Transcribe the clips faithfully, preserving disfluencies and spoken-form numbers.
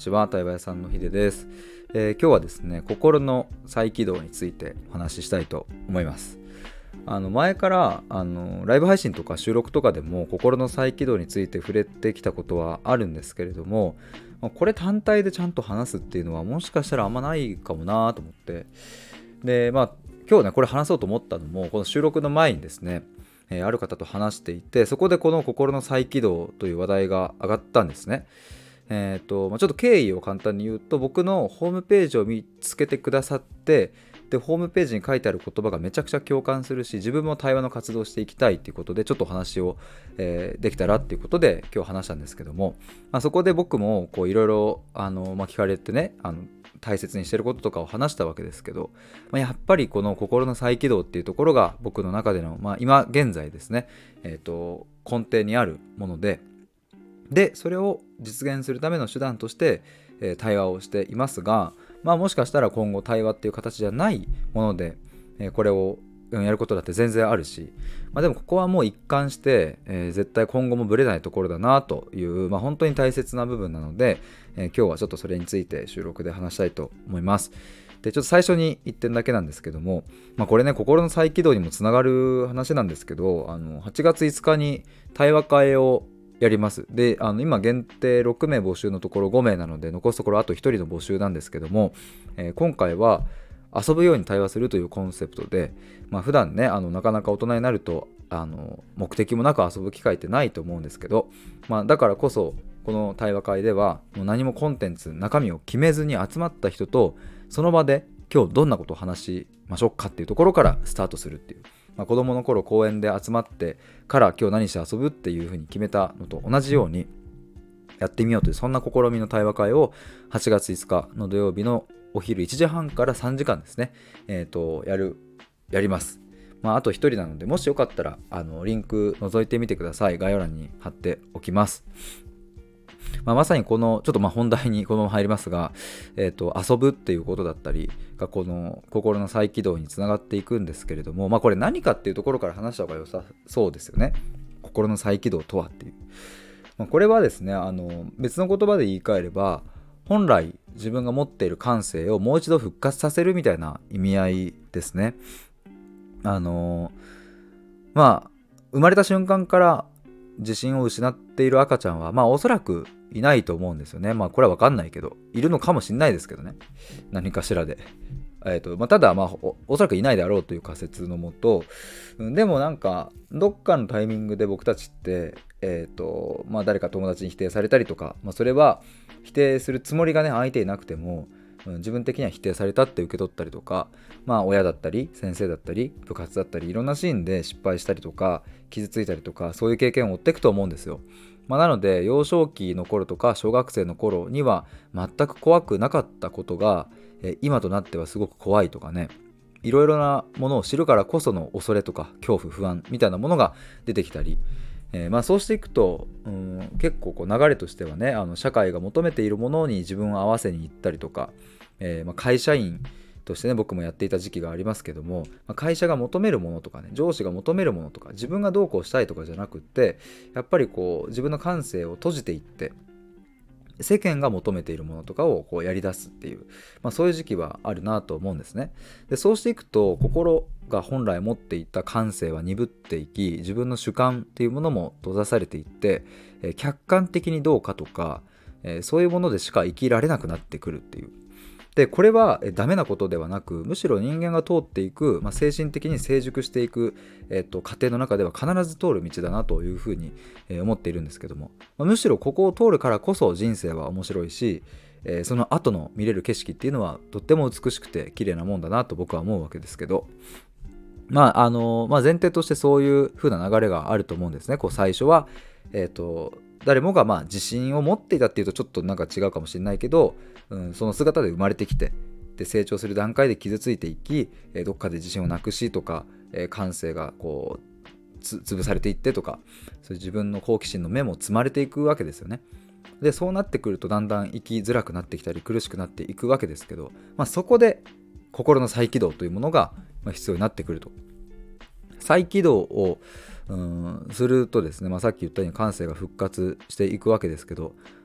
ちは、対話屋さんのひでです、えー、今日はですね、心の再起動についてお話ししたいと思います。あの前からあのライブ配信とか収録とかでも心の再起動について触れてきたことはあるんですけれども、これ単体でちゃんと話すっていうのはもしかしたらあんまないかもなと思って、でまあ今日ねこれ話そうと思ったのも、この収録の前にですね、えー、ある方と話していて、そこでこの心の再起動という話題が上がったんですね。えーとまあ、ちょっと経緯を簡単に言うと、僕のホームページを見つけてくださって、でホームページに書いてある言葉がめちゃくちゃ共感するし、自分も対話の活動をしていきたいということで、ちょっとお話を、えー、できたらっていうことで今日話したんですけども、まあ、そこで僕もこういろいろあの、まあ、聞かれてね、あの大切にしてることとかを話したわけですけど、まあ、やっぱりこの心の再起動っていうところが僕の中での、まあ、今現在ですね、えーと根底にあるもので、でそれを実現するための手段として、えー、対話をしていますが、まあ、もしかしたら今後対話っていう形じゃないもので、えー、これをやることだって全然あるし、まあ、でもここはもう一貫して、えー、絶対今後もぶれないところだなという、まあ、本当に大切な部分なので、えー、今日はちょっとそれについて収録で話したいと思います。でちょっと最初にいってんだけなんですけども、まあ、これね心の再起動にもつながる話なんですけど、あのはちがついつかに対話会をやります。で、あの今限定ろくめい募集のところごめいなので、残すところあとひとりの募集なんですけども、えー、今回は遊ぶように対話するというコンセプトで、まあ、普段ねあのなかなか大人になるとあの目的もなく遊ぶ機会ってないと思うんですけど、まあ、だからこそこの対話会ではもう何もコンテンツ中身を決めずに集まった人とその場で今日どんなことを話しましょうかっていうところからスタートするっていう、まあ、子供の頃公園で集まってから今日何して遊ぶっていう風に決めたのと同じようにやってみようという、そんな試みの対話会をはちがついつかの土曜日のお昼いちじはんからさんじかんですね、えーと、やるやります。まあ、あとひとりなので、もしよかったらあのリンク覗いてみてください。概要欄に貼っておきます。まあ、まさにこのちょっとまあ本題にこのまま入りますが、えーと、遊ぶっていうことだったりがこの心の再起動につながっていくんですけれども、まあ、これ何かっていうところから話した方が良さそうですよね。心の再起動とはっていう、まあ、これはですね、あの別の言葉で言い換えれば、本来自分が持っている感性をもう一度復活させるみたいな意味合いですね。あのまあ生まれた瞬間から自信を失っている赤ちゃんはまあおそらくいないと思うんですよね。まあこれは分かんないけど、いるのかもしれないですけどね、何かしらで。えーとまあ、ただまあ お, おそらくいないであろうという仮説のもと、でもなんかどっかのタイミングで僕たちって、えーとまあ、誰か友達に否定されたりとか、まあ、それは否定するつもりがね相手いなくても、うん、自分的には否定されたって受け取ったりとか、まあ、親だったり先生だったり部活だったりいろんなシーンで失敗したりとか傷ついたりとか、そういう経験を負っていくと思うんですよ。まあ、なので幼少期の頃とか小学生の頃には全く怖くなかったことが、え今となってはすごく怖いとかね、いろいろなものを知るからこその恐れとか恐怖不安みたいなものが出てきたり、えー、まあそうしていくと、うん、結構こう流れとしてはね、あの社会が求めているものに自分を合わせに行ったりとか、えー、まあ会社員としてね僕もやっていた時期がありますけども、まあ、会社が求めるものとかね、上司が求めるものとか、自分がどうこうしたいとかじゃなくって、やっぱりこう自分の感性を閉じていって世間が求めているものとかをこうやり出すっていう、まあ、そういう時期はあるなと思うんですね。でそうしていくと心が本来持っていた感性は鈍っていき、自分の主観っていうものも閉ざされていって、えー、客観的にどうかとか、えー、そういうものでしか生きられなくなってくるっていう。でこれはダメなことではなく、むしろ人間が通っていく、まあ、精神的に成熟していく、えっと、過程の中では必ず通る道だなというふうに思っているんですけども、まあ、むしろここを通るからこそ人生は面白いし、えー、その後の見れる景色っていうのはとっても美しくて綺麗なもんだなと僕は思うわけですけど、まああのまあ、前提としてそういう風な流れがあると思うんですね。こう最初は、えーと誰もがまあ自信を持っていたっていうとちょっとなんか違うかもしれないけど、うん、その姿で生まれてきて、で成長する段階で傷ついていき、えー、どっかで自信をなくしとか、えー、感性がこうつ潰されていってとか、そういう自分の好奇心の目も積まれていくわけですよね。でそうなってくるとだんだん生きづらくなってきたり苦しくなっていくわけですけど、まあ、そこで心の再起動というものが必要になってくると。再起動をうんするとですね、まあ、さっき言ったように感性が復活していくわけですけど、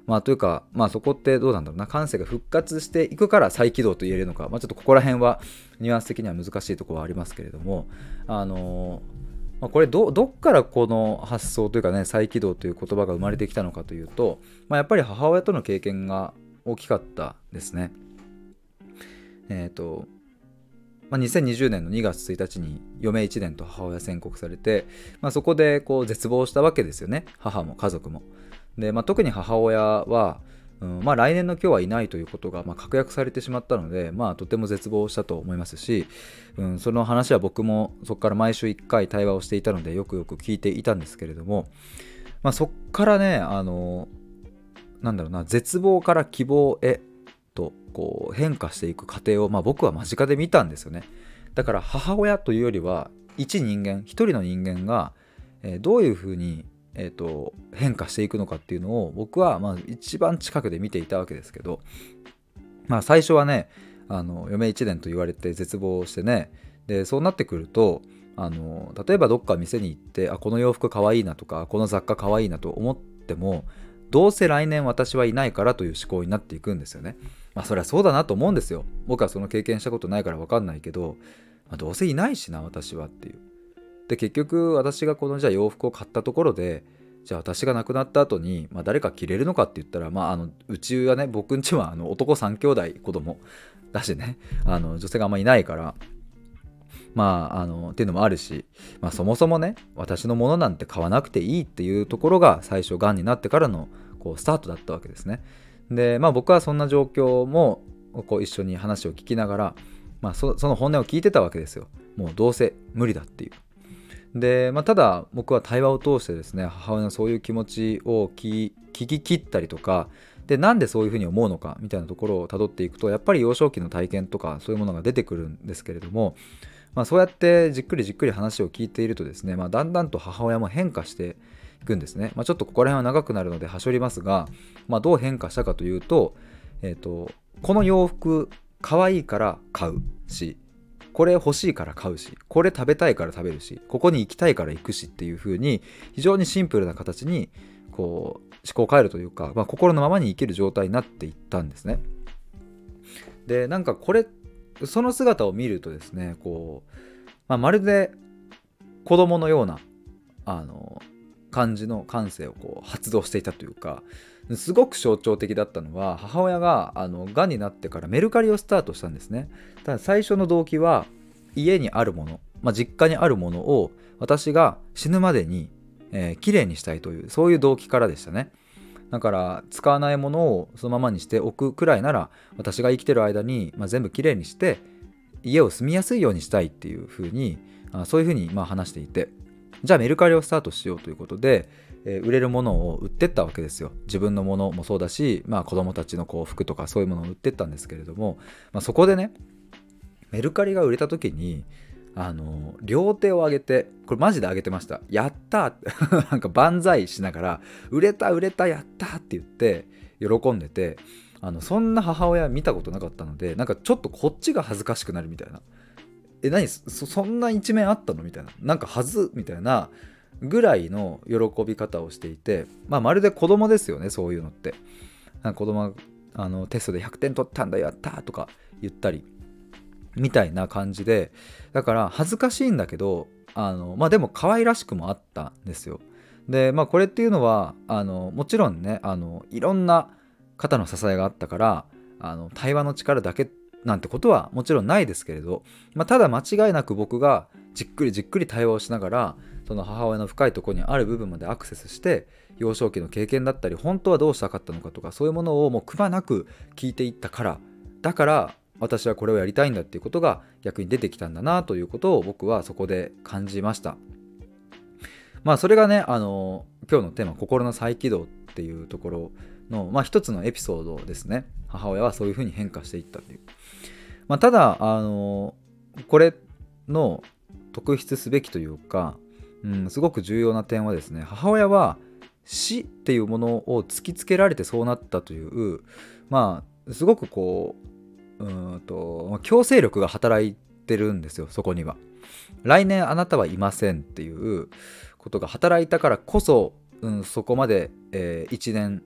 まあというか、まあそこってどうなんだろうな、感性が復活していくから再起動と言えるのか、まあちょっとここら辺はニュアンス的には難しいところはありますけれども、あのまあ、これ ど, どっからこの発想というかね、再起動という言葉が生まれてきたのかというと、まあ、やっぱり母親との経験が大きかったですね。えっ、ー、と、まあ、にせんにじゅうねんのにがつついたちに余命いちねんと母親宣告されて、まあ、そこでこう絶望したわけですよね、母も家族も。で、まあ、特に母親は、うんまあ、来年の今日はいないということがまあ確約されてしまったので、まあ、とても絶望したと思いますし、うん、その話は僕もそこから毎週いっかい対話をしていたのでよくよく聞いていたんですけれども、まあ、そこからね、あのなんだろうな、絶望から希望へとこう変化していく過程を、まあ、僕は間近で見たんですよね。だから母親というよりは一人間一人の人間が、えー、どういうふうにえーと、変化していくのかっていうのを僕はまあ一番近くで見ていたわけですけど、まあ最初はね、あの余命いちねんと言われて絶望してね、でそうなってくると、あの例えばどっか店に行って、あこの洋服かわいいなとかこの雑貨かわいいなと思っても、どうせ来年私はいないからという思考になっていくんですよね。まあそれはそうだなと思うんですよ。僕はその経験したことないから分かんないけど、まあ、どうせいないしな私はっていう。で結局私がこのじゃあ洋服を買ったところで、じゃあ私が亡くなった後に、まあ、誰か着れるのかって言ったら、まあ、あのうちはね、僕んちはあの男さん兄弟子供だしね、あの女性があんまいないから、まああのっていうのもあるし、まあ、そもそもね私のものなんて買わなくていいっていうところが最初がんになってからのこうスタートだったわけですね。でまあ僕はそんな状況もこう一緒に話を聞きながら、まあ、そ, その本音を聞いてたわけですよ。もうどうせ無理だっていう。で、まあ、ただ僕は対話を通してですね、母親のそういう気持ちを聞き切ったりとかで、なんでそういうふうに思うのかみたいなところをたどっていくと、やっぱり幼少期の体験とかそういうものが出てくるんですけれども、まあ、そうやってじっくりじっくり話を聞いているとですね、まあ、だんだんと母親も変化していくんですね。まあ、ちょっとここら辺は長くなるので端折りますが、まあ、どう変化したかというと、えーと、この洋服可愛いから買うし、これ欲しいから買うし、これ食べたいから食べるし、ここに行きたいから行くしっていう風に、非常にシンプルな形にこう思考を変えるというか、まあ、心のままに生きる状態になっていったんですね。でなんかこれその姿を見るとですね、こう、まあ、まるで子供のようなあの感じの感性をこう発動していたというか、すごく象徴的だったのは、母親があのがんになってからメルカリをスタートしたんですね。ただ最初の動機は家にあるもの、まあ、実家にあるものを私が死ぬまでに、えー、きれいにしたいという、そういう動機からでしたね。だから使わないものをそのままにしておくくらいなら、私が生きてる間に、まあ、全部きれいにして家を住みやすいようにしたいっていう風に、あそういう風にまあ話していて、じゃあメルカリをスタートしようということで、えー、売れるものを売ってったわけですよ。自分のものもそうだし、まあ、子供たちのこう服とかそういうものを売ってったんですけれども、まあ、そこでねメルカリが売れた時に、あの両手を上げて、これマジで上げてました。やったーなんか万歳しながら、売れた売れたやったーって言って喜んでて、あのそんな母親見たことなかったので、なんかちょっとこっちが恥ずかしくなるみたいな、え何 そ, そんな一面あったのみたいな、なんかはずみたいなぐらいの喜び方をしていて、まあ、まるで子供ですよね、そういうのって。なんか子供があのテストでひゃくてん取ったんだやったーとか言ったりみたいな感じで、だから恥ずかしいんだけど、あのまあでも可愛らしくもあったんですよ。でまあこれっていうのはあのもちろんね、あのいろんな方の支えがあったから、あの対話の力だけなんてことはもちろんないですけれど、まあ、ただ間違いなく僕がじっくりじっくり対話をしながら、その母親の深いところにある部分までアクセスして、幼少期の経験だったり本当はどうしたかったのかとか、そういうものをもうくまなく聞いていったから、だから私はこれをやりたいんだっていうことが逆に出てきたんだなということを僕はそこで感じました。まあそれがね、あの今日のテーマ、心の再起動っていうところの、まあ、一つのエピソードですね。母親はそういうふうに変化していったっていう。まあ、ただあのこれの特筆すべきというか、うん、すごく重要な点はですね、母親は死っていうものを突きつけられてそうなったという、まあすごくこう、うーんと強制力が働いてるんですよ、そこには。来年あなたはいませんっていうことが働いたからこそ、うん、そこまで、えー、いちねん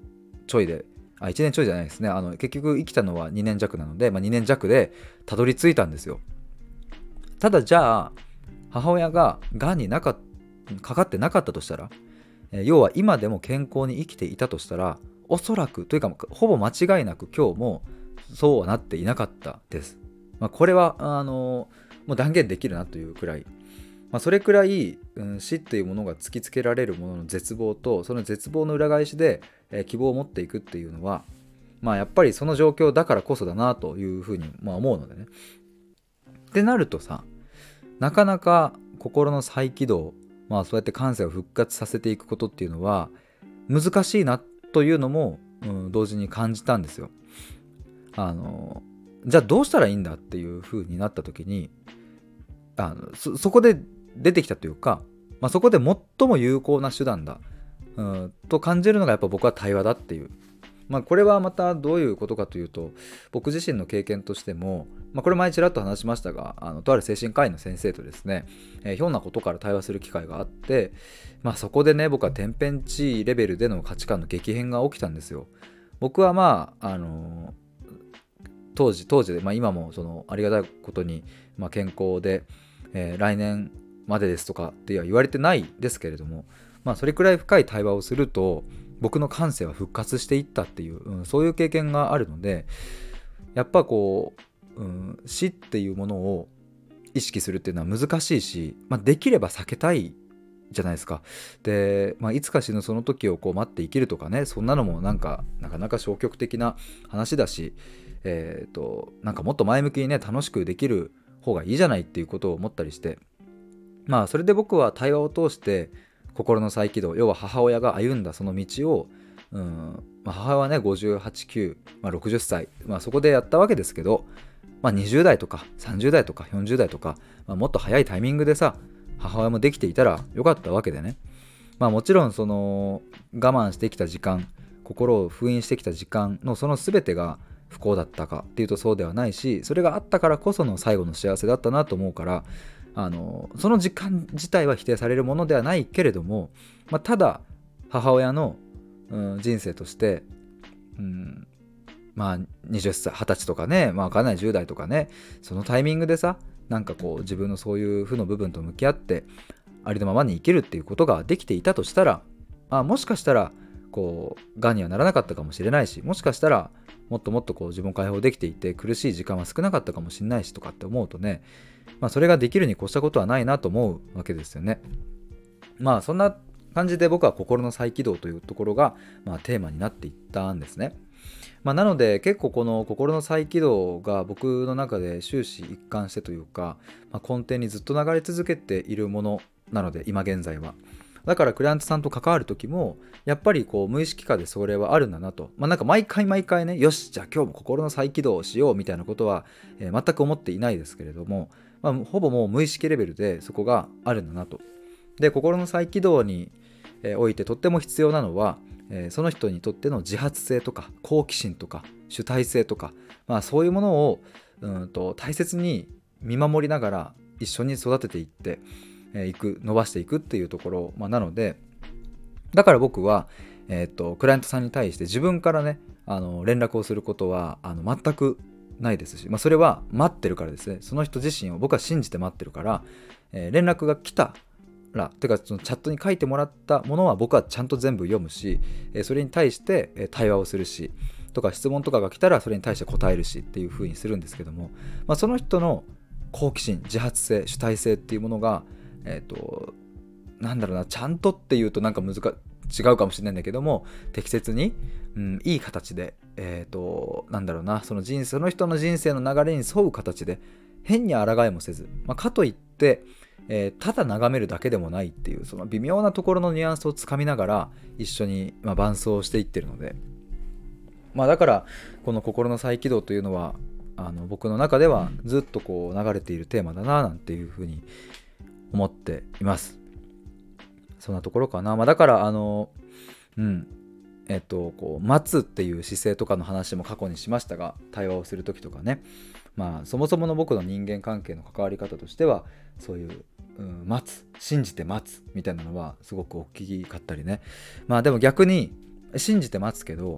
ちょいであいちねんちょいじゃないですね。あの結局生きたのはにねん弱なので、まあ、にねん弱でたどり着いたんですよ。ただじゃあ母親ががんになかかかってなかったとしたら、えー要は今でも健康に生きていたとしたら、おそらくというかほぼ間違いなく今日もそうはなっていなかったです。まあ、これはあのもう断言できるなというくらい、まあ、それくらい、うん、死っていうものが突きつけられるものの絶望と、その絶望の裏返しで、えー希望を持っていくっていうのは、まあやっぱりその状況だからこそだなというふうにまあ思うのでね。ってなるとさ、なかなか心の再起動、まあそうやって感性を復活させていくことっていうのは難しいなというのも、うん、同時に感じたんですよ。あのじゃあどうしたらいいんだっていう風になった時に、あの そ, そこで出てきたというか、まあ、そこで最も有効な手段だ、うん、と感じるのがやっぱ僕は対話だっていう。まあこれはまたどういうことかというと、僕自身の経験としても、まあ、これ前ちらっと話しましたが、あのとある精神科医の先生とですね、えーひょんなことから対話する機会があって、まあ、そこでね僕は天変地異レベルでの価値観の激変が起きたんですよ。僕はまああの当時当時で、まあ、今もそのありがたいことに、まあ、健康で、えー来年までですとかっては言われてないですけれども、まあ、それくらい深い対話をすると僕の感性は復活していったっていう、うん、そういう経験があるので、やっぱこう、うん、死っていうものを意識するっていうのは難しいし、まあ、できれば避けたいじゃないですか。で、まあ、いつか死ぬその時をこう待って生きるとかね、そんなのもなんかなかなか消極的な話だし、えー、となんかもっと前向きにね楽しくできる方がいいじゃないっていうことを思ったりして、まあそれで僕は対話を通して心の再起動、要は母親が歩んだその道を、うんまあ、母親はねごじゅうはち、きゅう、まあ、ろくじゅっさい、まあ、そこでやったわけですけど、まあ、にじゅう代とかさんじゅう代とかよんじゅう代とか、まあ、もっと早いタイミングでさ母親もできていたらよかったわけでね。まあもちろんその我慢してきた時間、心を封印してきた時間のその全てが不幸だったかっていうとそうではないし、それがあったからこその最後の幸せだったなと思うから、あのその時間自体は否定されるものではないけれども、まあ、ただ母親の、うん、人生として、うん、まあはたち、はたちとかね、まあ分かんないじゅう代とかね、そのタイミングでさなんかこう自分のそういう負の部分と向き合ってありのままに生きるっていうことができていたとしたら、あもしかしたらこうがんにはならなかったかもしれないし、もしかしたらもっともっとこう自分を解放できていて苦しい時間は少なかったかもしれないしとかって思うとね、まあ、それができるに越したことはないなと思うわけですよね。まあそんな感じで僕は心の再起動というところが、まあ、テーマになっていったんですね。まあ、なので結構この心の再起動が僕の中で終始一貫してというか、まあ、根底にずっと流れ続けているものなので、今現在はだからクライアントさんと関わる時もやっぱりこう無意識化でそれはあるんだなと、まあ、なんか毎回毎回ね、よしじゃあ今日も心の再起動をしようみたいなことは、えー全く思っていないですけれども、まあ、ほぼもう無意識レベルでそこがあるんだなと。で心の再起動にえーおいてとっても必要なのは、えーその人にとっての自発性とか好奇心とか主体性とか、まあ、そういうものをうんと大切に見守りながら一緒に育てていってえーいく伸ばしていくっていうところ、まあ、なのでだから僕は、えーとクライアントさんに対して自分からねあの連絡をすることはあの全くないですし、まあ、それは待ってるからですね。その人自身を僕は信じて待ってるから、えー連絡が来たらてかそのチャットに書いてもらったものは僕はちゃんと全部読むし、えーそれに対してえー対話をするしとか、質問とかが来たらそれに対して答えるしっていう風にするんですけども、まあ、その人の好奇心、自発性、主体性っていうものがえっ、となんだろうな、ちゃんとっていうとなんか難違うかもしれないんだけども、適切に、うん、いい形でえっ、となんだろうな、その人生その人の人生の流れに沿う形で変に抗いもせず、まあ、かといってえーただ眺めるだけでもないっていう、その微妙なところのニュアンスをつかみながら一緒に、まあ、伴走していってるので、まあ、だからこの心の再起動というのはあの僕の中ではずっとこう流れているテーマだななんていうふうに思っています。そんなところかな。まあ、だからあのうんえっとこう待つっていう姿勢とかの話も過去にしましたが、対話をする時とかね、まあそもそもの僕の人間関係の関わり方としてはそういう、うん、待つ、信じて待つみたいなのはすごく大きかったりね。まあでも逆に信じて待つけど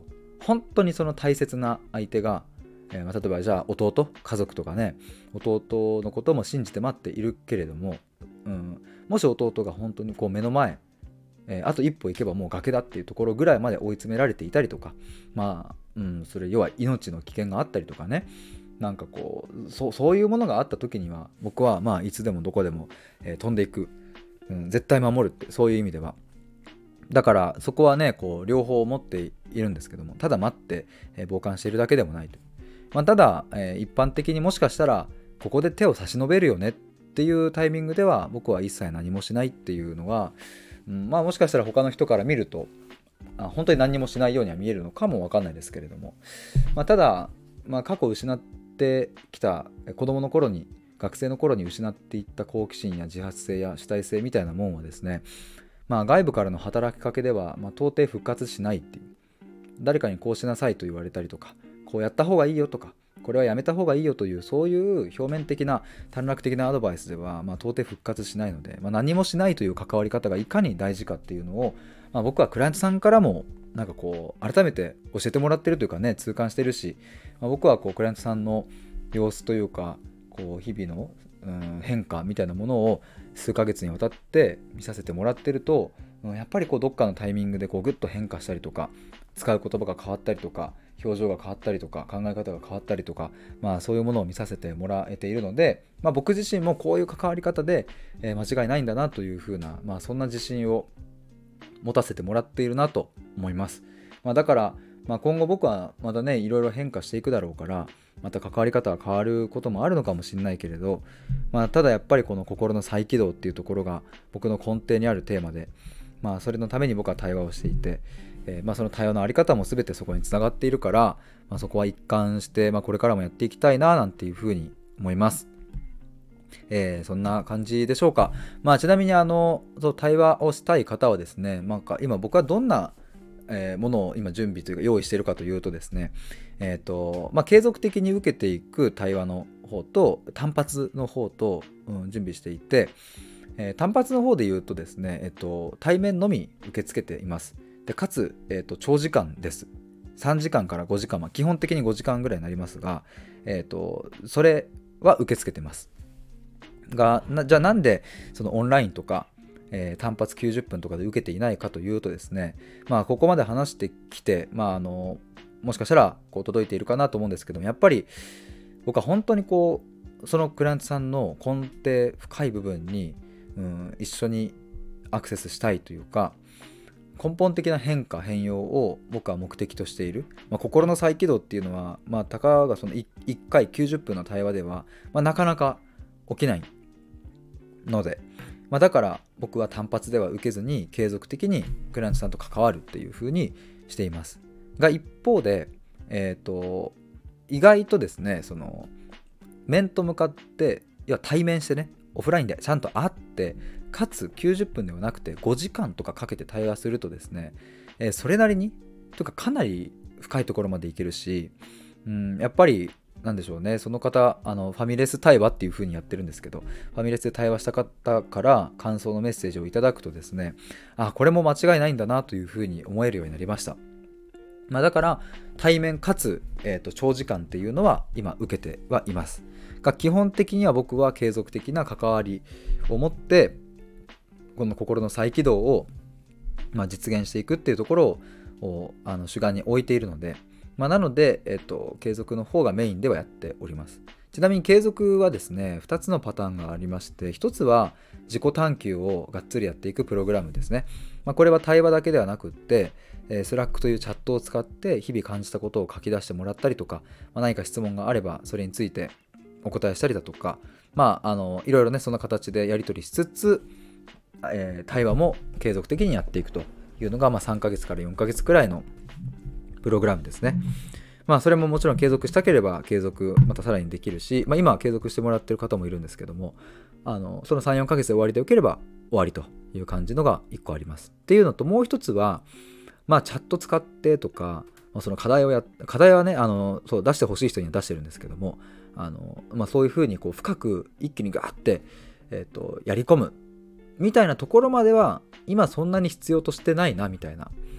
本当にその大切な相手が、えーまあ、例えばじゃあ弟、家族とかね、弟のことも信じて待っているけれども、うん、もし弟が本当にこう目の前、えー、あと一歩行けばもう崖だっていうところぐらいまで追い詰められていたりとか、まあ、うん、それ要は命の危険があったりとかね、なんかこう そ, そういうものがあった時には僕はまあいつでもどこでも、えー、飛んでいく、うん、絶対守るって、そういう意味ではだからそこはねこう両方持っているんですけども、ただ待って、えー、傍観しているだけでもないと、まあ、ただ、えー、一般的にもしかしたらここで手を差し伸べるよねっていうタイミングでは僕は一切何もしないっていうのが、うん、まあもしかしたら他の人から見るとあ本当に何もしないようには見えるのかもわかんないですけれども、まあ、ただ、まあ、過去失ってきた子供の頃に学生の頃に失っていった好奇心や自発性や主体性みたいなもんはですね、まあ、外部からの働きかけでは、まあ、到底復活しないっていう、誰かにこうしなさいと言われたりとか、こうやった方がいいよとか、これはやめた方がいいよという、そういう表面的な短絡的なアドバイスでは、まあ、到底復活しないので、まあ、何もしないという関わり方がいかに大事かっていうのを、まあ、僕はクライアントさんからもなんかこう改めて教えてもらってるというかね、痛感してるし、まあ、僕はこうクライアントさんの様子というかこう日々の、うん、変化みたいなものを数ヶ月にわたって見させてもらってると、うん、やっぱりこうどっかのタイミングでこうグッと変化したりとか、使う言葉が変わったりとか、表情が変わったりとか、考え方が変わったりとか、まあそういうものを見させてもらえているので、まあ、僕自身もこういう関わり方で、えー、間違いないんだなというふうな、まあ、そんな自信を持たせてもらっているなと思います。まあ、だから、まあ、今後僕はまたねいろいろ変化していくだろうから、また関わり方が変わることもあるのかもしれないけれど、まあ、ただやっぱりこの心の再起動っていうところが僕の根底にあるテーマで、まあ、それのために僕は対話をしていて、えーまあ、その対話のあり方も全てそこにつながっているから、まあ、そこは一貫して、まあ、これからもやっていきたいななんていうふうに思います。えー、そんな感じでしょうか。まあ、ちなみにあのそう対話をしたい方はですね、なんか今僕はどんな、えーものを今準備というか用意しているかというとですね、えーとまあ、継続的に受けていく対話の方と単発の方と、うん、準備していて、えー単発の方で言うとですね、えーと対面のみ受け付けています。でかつ、えーと長時間です。さんじかんからごじかん、まあ、基本的にごじかんぐらいになりますが、えーとそれは受け付けてます。がなじゃあなんでそのオンラインとか、えー単発きゅうじゅっぷんとかで受けていないかというとですね、まあここまで話してきて、まああのもしかしたらこう届いているかなと思うんですけども、やっぱり僕は本当にこうそのクライアントさんの根底深い部分に、うん、一緒にアクセスしたいというか、根本的な変化変容を僕は目的としている、まあ、心の再起動っていうのは、まあ、たかがその いっかいきゅうじゅっぷんの対話では、まあ、なかなか起きないので、まあ、だから僕は単発では受けずに継続的にクライアントさんと関わるっていう風にしていますが、一方で、えーと、意外とですね、その面と向かっていや対面してね、オフラインでちゃんと会って、かつきゅうじゅっぷんではなくてごじかんとかかけて対話するとですね、えーそれなりにというかかなり深いところまでいけるし、うん、やっぱりなんでしょうね、その方あのファミレス対話っていう風にやってるんですけど、ファミレスで対話した方から感想のメッセージをいただくとですね、あこれも間違いないんだなという風に思えるようになりました。まあ、だから対面かつ、えーと、長時間っていうのは今受けてはいますが、基本的には僕は継続的な関わりを持ってこの心の再起動を、まあ、実現していくっていうところをあの主眼に置いているので、まあ、なので、えっと、継続の方がメインではやっております。ちなみに継続はですね、ふたつのパターンがありまして、ひとつは自己探求をがっつりやっていくプログラムですね。まあ、これは対話だけではなくって、えー、Slack というチャットを使って日々感じたことを書き出してもらったりとか、まあ、何か質問があればそれについてお答えしたりだとか、まあ、あのいろいろねそんな形でやり取りしつつ、えー、対話も継続的にやっていくというのが、まあ、さんかげつからよんかげつくらいのプログラムですね。まあそれももちろん継続したければ継続またさらにできるし、まあ、今は継続してもらってる方もいるんですけども、あのそのさん、よんかげつで終わりでよければ終わりという感じのがいっこあります。っていうのと、もう一つは、まあチャット使ってとか、まあ、その課題をや課題はねあのそう出してほしい人には出してるんですけども、あの、まあ、そういうふうにこう深く一気にガーって、えーと、やり込むみたいなところまでは今そんなに必要としてないなみたいな、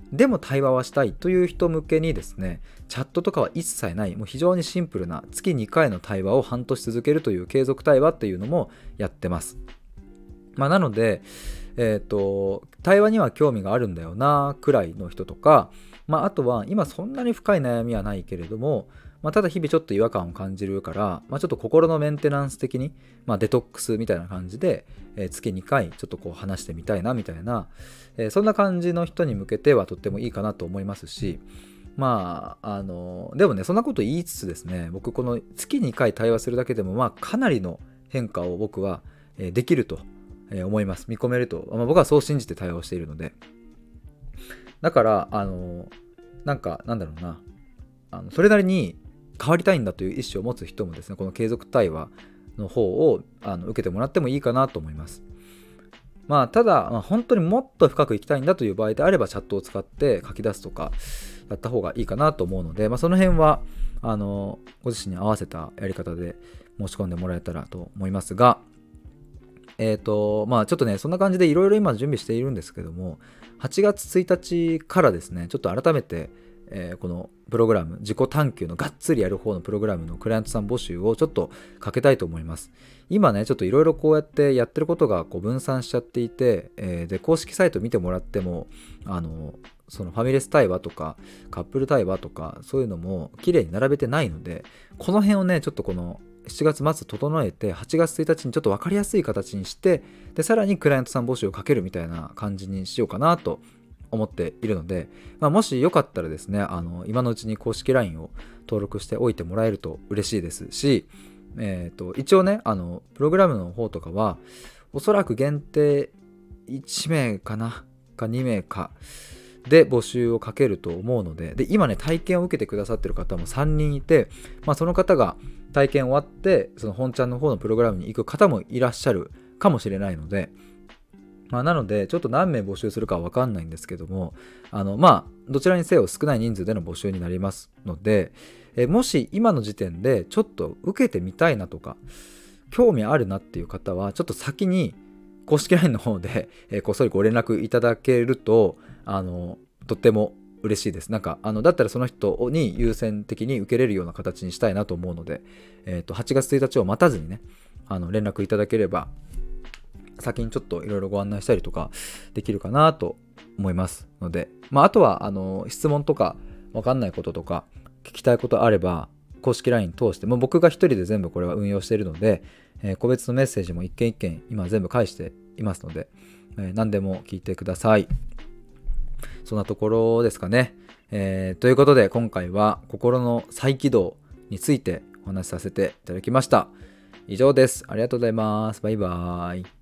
でも対話はしたいという人向けにですね、チャットとかは一切ない、もう非常にシンプルな月にかいの対話を半年続けるという継続対話っていうのもやってます。まあ、なので、えっと、対話には興味があるんだよなくらいの人とか、まあ、あとは今そんなに深い悩みはないけれども、まあ、ただ日々ちょっと違和感を感じるから、まあ、ちょっと心のメンテナンス的に、まあ、デトックスみたいな感じで、えー、月にかいちょっとこう話してみたいなみたいな、えー、そんな感じの人に向けてはとってもいいかなと思いますし、まああのでもね、そんなこと言いつつですね、僕この月にかい対話するだけでもまあかなりの変化を僕は、えー、できると思います。見込めると、まあ、僕はそう信じて対話をしているので、だからあのなんかなんだろうな、あのそれなりに変わりたいんだという意思を持つ人もですね、この継続対話の方をあの受けてもらってもいいかなと思います。まあただ、まあ、本当にもっと深くいきたいんだという場合であればチャットを使って書き出すとかやった方がいいかなと思うので、まあ、その辺はあのご自身に合わせたやり方で申し込んでもらえたらと思いますが、えっとまあちょっとね、そんな感じでいろいろ今準備しているんですけども、はちがつついたちからですね、ちょっと改めてえー、このプログラム、自己探求のがっつりやる方のプログラムのクライアントさん募集をちょっとかけたいと思います。今ね、ちょっといろいろこうやってやってることがこう分散しちゃっていて、えー、で公式サイト見てもらっても、あのそのファミレス対話とかカップル対話とかそういうのも綺麗に並べてないので、この辺をね、ちょっとこのしちがつ末整えてはちがつついたちにちょっと分かりやすい形にして、でさらにクライアントさん募集をかけるみたいな感じにしようかなと思っているので、まあ、もしよかったらですね、あの今のうちに公式 ライン を登録しておいてもらえると嬉しいですし、えー、と一応ね、あのプログラムの方とかはおそらく限定いちめいかなかにめいかで募集をかけると思うので、で今ね、体験を受けてくださってる方もさんにんいて、まあ、その方が体験終わってその本ちゃんの方のプログラムに行く方もいらっしゃるかもしれないので、まあ、なのでちょっと何名募集するかは分かんないんですけども、あのまあどちらにせよ少ない人数での募集になりますので、えもし今の時点でちょっと受けてみたいなとか興味あるなっていう方は、ちょっと先に公式 ライン の方で、えこっそりご連絡いただけると、あのとっても嬉しいです。なんかあのだったらその人に優先的に受けれるような形にしたいなと思うので、えー、とはちがつついたちを待たずにね、あの連絡いただければ先にちょっといろいろご案内したりとかできるかなと思いますので、まあ、あとはあの質問とか分かんないこととか聞きたいことあれば公式 ライン 通して、もう僕が一人で全部これは運用しているので、えー、個別のメッセージも一件一件今全部返していますので、えー、何でも聞いてください。そんなところですかね。えー、ということで今回は心の再起動についてお話しさせていただきました。以上です。ありがとうございます。バイバーイ。